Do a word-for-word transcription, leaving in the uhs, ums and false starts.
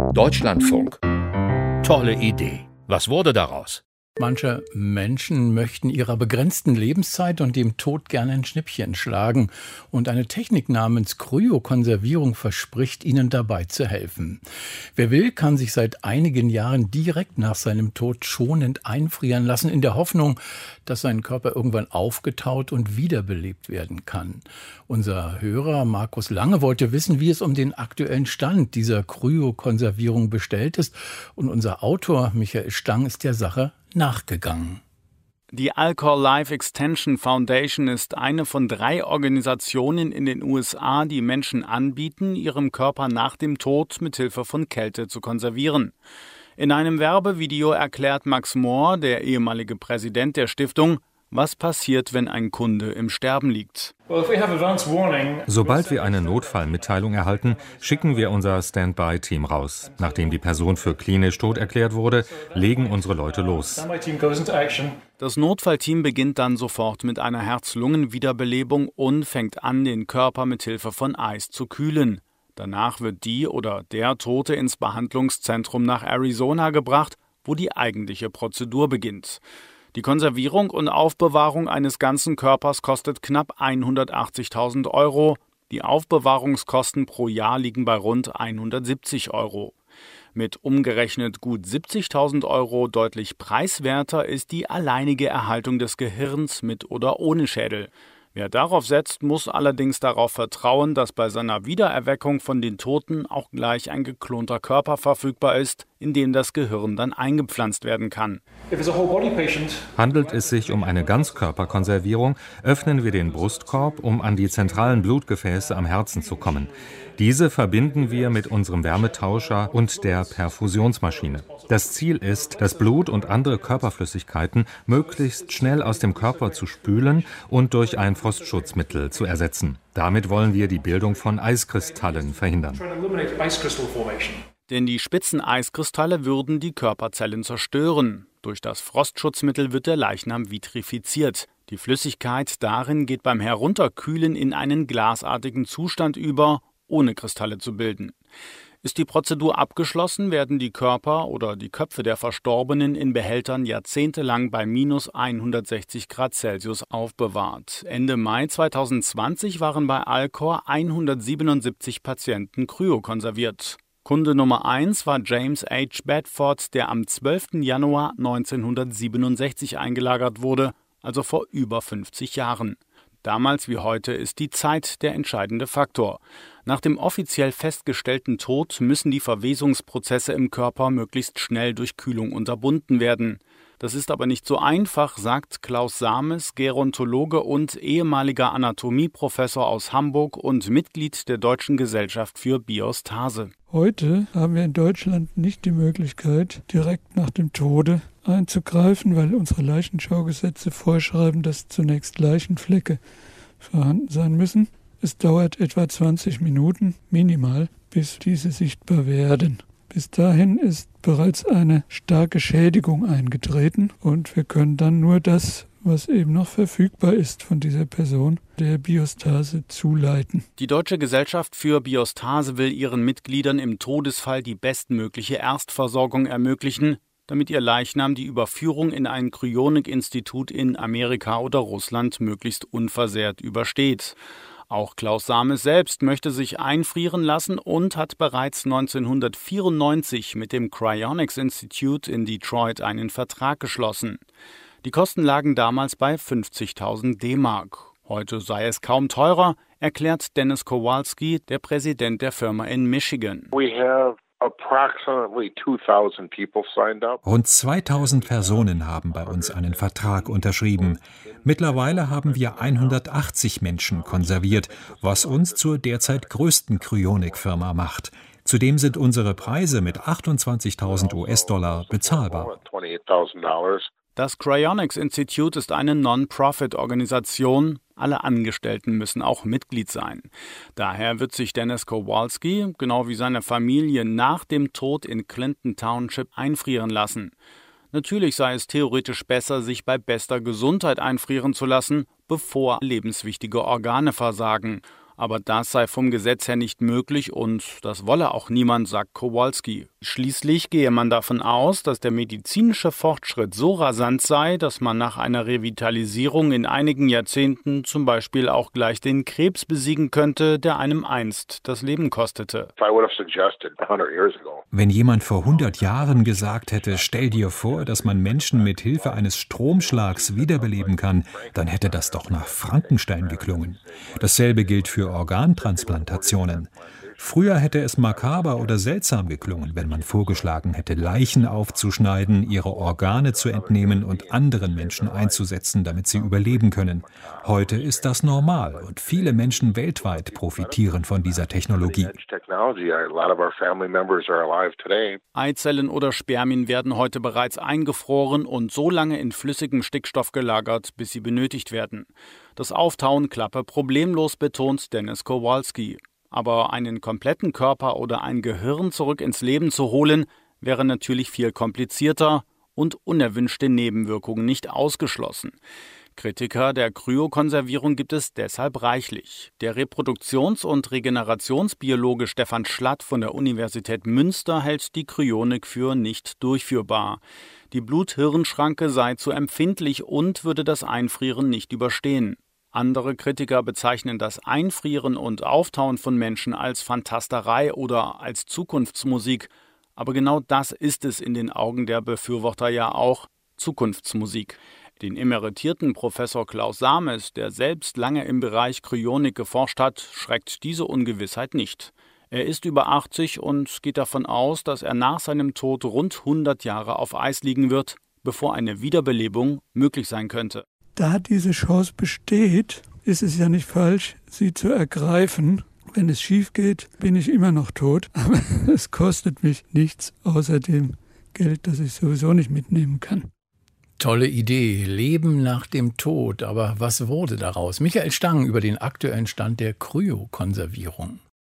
Deutschlandfunk. Tolle Idee. Was wurde daraus? Manche Menschen möchten ihrer begrenzten Lebenszeit und dem Tod gerne ein Schnippchen schlagen. Und eine Technik namens Kryokonservierung verspricht, ihnen dabei zu helfen. Wer will, kann sich seit einigen Jahren direkt nach seinem Tod schonend einfrieren lassen, in der Hoffnung, dass sein Körper irgendwann aufgetaut und wiederbelebt werden kann. Unser Hörer Markus Lange wollte wissen, wie es um den aktuellen Stand dieser Kryokonservierung bestellt ist. Und unser Autor Michael Stang ist der Sache nachgegangen. Die Alcor Life Extension Foundation ist eine von drei Organisationen in den U S A, die Menschen anbieten, ihrem Körper nach dem Tod mit Hilfe von Kälte zu konservieren. In einem Werbevideo erklärt Max Mohr, der ehemalige Präsident der Stiftung, was passiert, wenn ein Kunde im Sterben liegt. Sobald wir eine Notfallmitteilung erhalten, schicken wir unser Standby-Team raus. Nachdem die Person für klinisch tot erklärt wurde, legen unsere Leute los. Das Notfallteam beginnt dann sofort mit einer Herz-Lungen-Wiederbelebung und fängt an, den Körper mit Hilfe von Eis zu kühlen. Danach wird die oder der Tote ins Behandlungszentrum nach Arizona gebracht, wo die eigentliche Prozedur beginnt. Die Konservierung und Aufbewahrung eines ganzen Körpers kostet knapp hundertachtzigtausend Euro. Die Aufbewahrungskosten pro Jahr liegen bei rund hundertsiebzig Euro. Mit umgerechnet gut siebzigtausend Euro deutlich preiswerter ist die alleinige Erhaltung des Gehirns mit oder ohne Schädel. Wer darauf setzt, muss allerdings darauf vertrauen, dass bei seiner Wiedererweckung von den Toten auch gleich ein geklonter Körper verfügbar ist, in dem das Gehirn dann eingepflanzt werden kann. Handelt es sich um eine Ganzkörperkonservierung, öffnen wir den Brustkorb, um an die zentralen Blutgefäße am Herzen zu kommen. Diese verbinden wir mit unserem Wärmetauscher und der Perfusionsmaschine. Das Ziel ist, das Blut und andere Körperflüssigkeiten möglichst schnell aus dem Körper zu spülen und durch ein Frostschutzmittel zu ersetzen. Damit wollen wir die Bildung von Eiskristallen verhindern. Denn die spitzen Eiskristalle würden die Körperzellen zerstören. Durch das Frostschutzmittel wird der Leichnam vitrifiziert. Die Flüssigkeit darin geht beim Herunterkühlen in einen glasartigen Zustand über, ohne Kristalle zu bilden. Ist die Prozedur abgeschlossen, werden die Körper oder die Köpfe der Verstorbenen in Behältern jahrzehntelang bei minus hundertsechzig Grad Celsius aufbewahrt. Ende Mai zweitausendzwanzig waren bei Alcor hundertsiebenundsiebzig Patienten kryokonserviert. Kunde Nummer eins war James H. Bedford, der am zwölften Januar neunzehnhundertsiebenundsechzig eingelagert wurde, also vor über fünfzig Jahren. Damals wie heute ist die Zeit der entscheidende Faktor. Nach dem offiziell festgestellten Tod müssen die Verwesungsprozesse im Körper möglichst schnell durch Kühlung unterbunden werden. Das ist aber nicht so einfach, sagt Klaus Sames, Gerontologe und ehemaliger Anatomieprofessor aus Hamburg und Mitglied der Deutschen Gesellschaft für Biostase. Heute haben wir in Deutschland nicht die Möglichkeit, direkt nach dem Tode einzugreifen, weil unsere Leichenschaugesetze vorschreiben, dass zunächst Leichenflecke vorhanden sein müssen. Es dauert etwa zwanzig Minuten minimal, bis diese sichtbar werden. Bis dahin ist bereits eine starke Schädigung eingetreten und wir können dann nur das, was eben noch verfügbar ist von dieser Person, der Biostase zuleiten. Die Deutsche Gesellschaft für Biostase will ihren Mitgliedern im Todesfall die bestmögliche Erstversorgung ermöglichen, damit ihr Leichnam die Überführung in ein Kryonik-Institut in Amerika oder Russland möglichst unversehrt übersteht. Auch Klaus Sames selbst möchte sich einfrieren lassen und hat bereits neunzehnhundertvierundneunzig mit dem Cryonics Institute in Detroit einen Vertrag geschlossen. Die Kosten lagen damals bei fünfzigtausend D-Mark. Heute sei es kaum teurer, erklärt Dennis Kowalski, der Präsident der Firma in Michigan. We have Rund zweitausend Personen haben bei uns einen Vertrag unterschrieben. Mittlerweile haben wir hundertachtzig Menschen konserviert, was uns zur derzeit größten Kryonik-Firma macht. Zudem sind unsere Preise mit achtundzwanzigtausend US-Dollar bezahlbar. Das Cryonics Institute ist eine Non-Profit-Organisation. Alle Angestellten müssen auch Mitglied sein. Daher wird sich Dennis Kowalski, genau wie seine Familie, nach dem Tod in Clinton Township einfrieren lassen. Natürlich sei es theoretisch besser, sich bei bester Gesundheit einfrieren zu lassen, bevor lebenswichtige Organe versagen. Aber das sei vom Gesetz her nicht möglich und das wolle auch niemand, sagt Kowalski. Schließlich gehe man davon aus, dass der medizinische Fortschritt so rasant sei, dass man nach einer Revitalisierung in einigen Jahrzehnten zum Beispiel auch gleich den Krebs besiegen könnte, der einem einst das Leben kostete. Wenn jemand vor hundert Jahren gesagt hätte, stell dir vor, dass man Menschen mit Hilfe eines Stromschlags wiederbeleben kann, dann hätte das doch nach Frankenstein geklungen. Dasselbe gilt für Organtransplantationen. Früher hätte es makaber oder seltsam geklungen, wenn man vorgeschlagen hätte, Leichen aufzuschneiden, ihre Organe zu entnehmen und anderen Menschen einzusetzen, damit sie überleben können. Heute ist das normal und viele Menschen weltweit profitieren von dieser Technologie. Eizellen oder Spermien werden heute bereits eingefroren und so lange in flüssigem Stickstoff gelagert, bis sie benötigt werden. Das Auftauen klappe problemlos, betont Dennis Kowalski. Aber einen kompletten Körper oder ein Gehirn zurück ins Leben zu holen, wäre natürlich viel komplizierter und unerwünschte Nebenwirkungen nicht ausgeschlossen. Kritiker der Kryokonservierung gibt es deshalb reichlich. Der Reproduktions- und Regenerationsbiologe Stefan Schlatt von der Universität Münster hält die Kryonik für nicht durchführbar. Die Blut-Hirn-Schranke sei zu empfindlich und würde das Einfrieren nicht überstehen. Andere Kritiker bezeichnen das Einfrieren und Auftauen von Menschen als Fantasterei oder als Zukunftsmusik. Aber genau das ist es in den Augen der Befürworter ja auch, Zukunftsmusik. Den emeritierten Professor Klaus Sames, der selbst lange im Bereich Kryonik geforscht hat, schreckt diese Ungewissheit nicht. Er ist über achtzig und geht davon aus, dass er nach seinem Tod rund hundert Jahre auf Eis liegen wird, bevor eine Wiederbelebung möglich sein könnte. Da diese Chance besteht, ist es ja nicht falsch, sie zu ergreifen. Wenn es schief geht, bin ich immer noch tot. Aber es kostet mich nichts außer dem Geld, das ich sowieso nicht mitnehmen kann. Tolle Idee, Leben nach dem Tod. Aber was wurde daraus? Michael Stang über den aktuellen Stand der Kryokonservierung.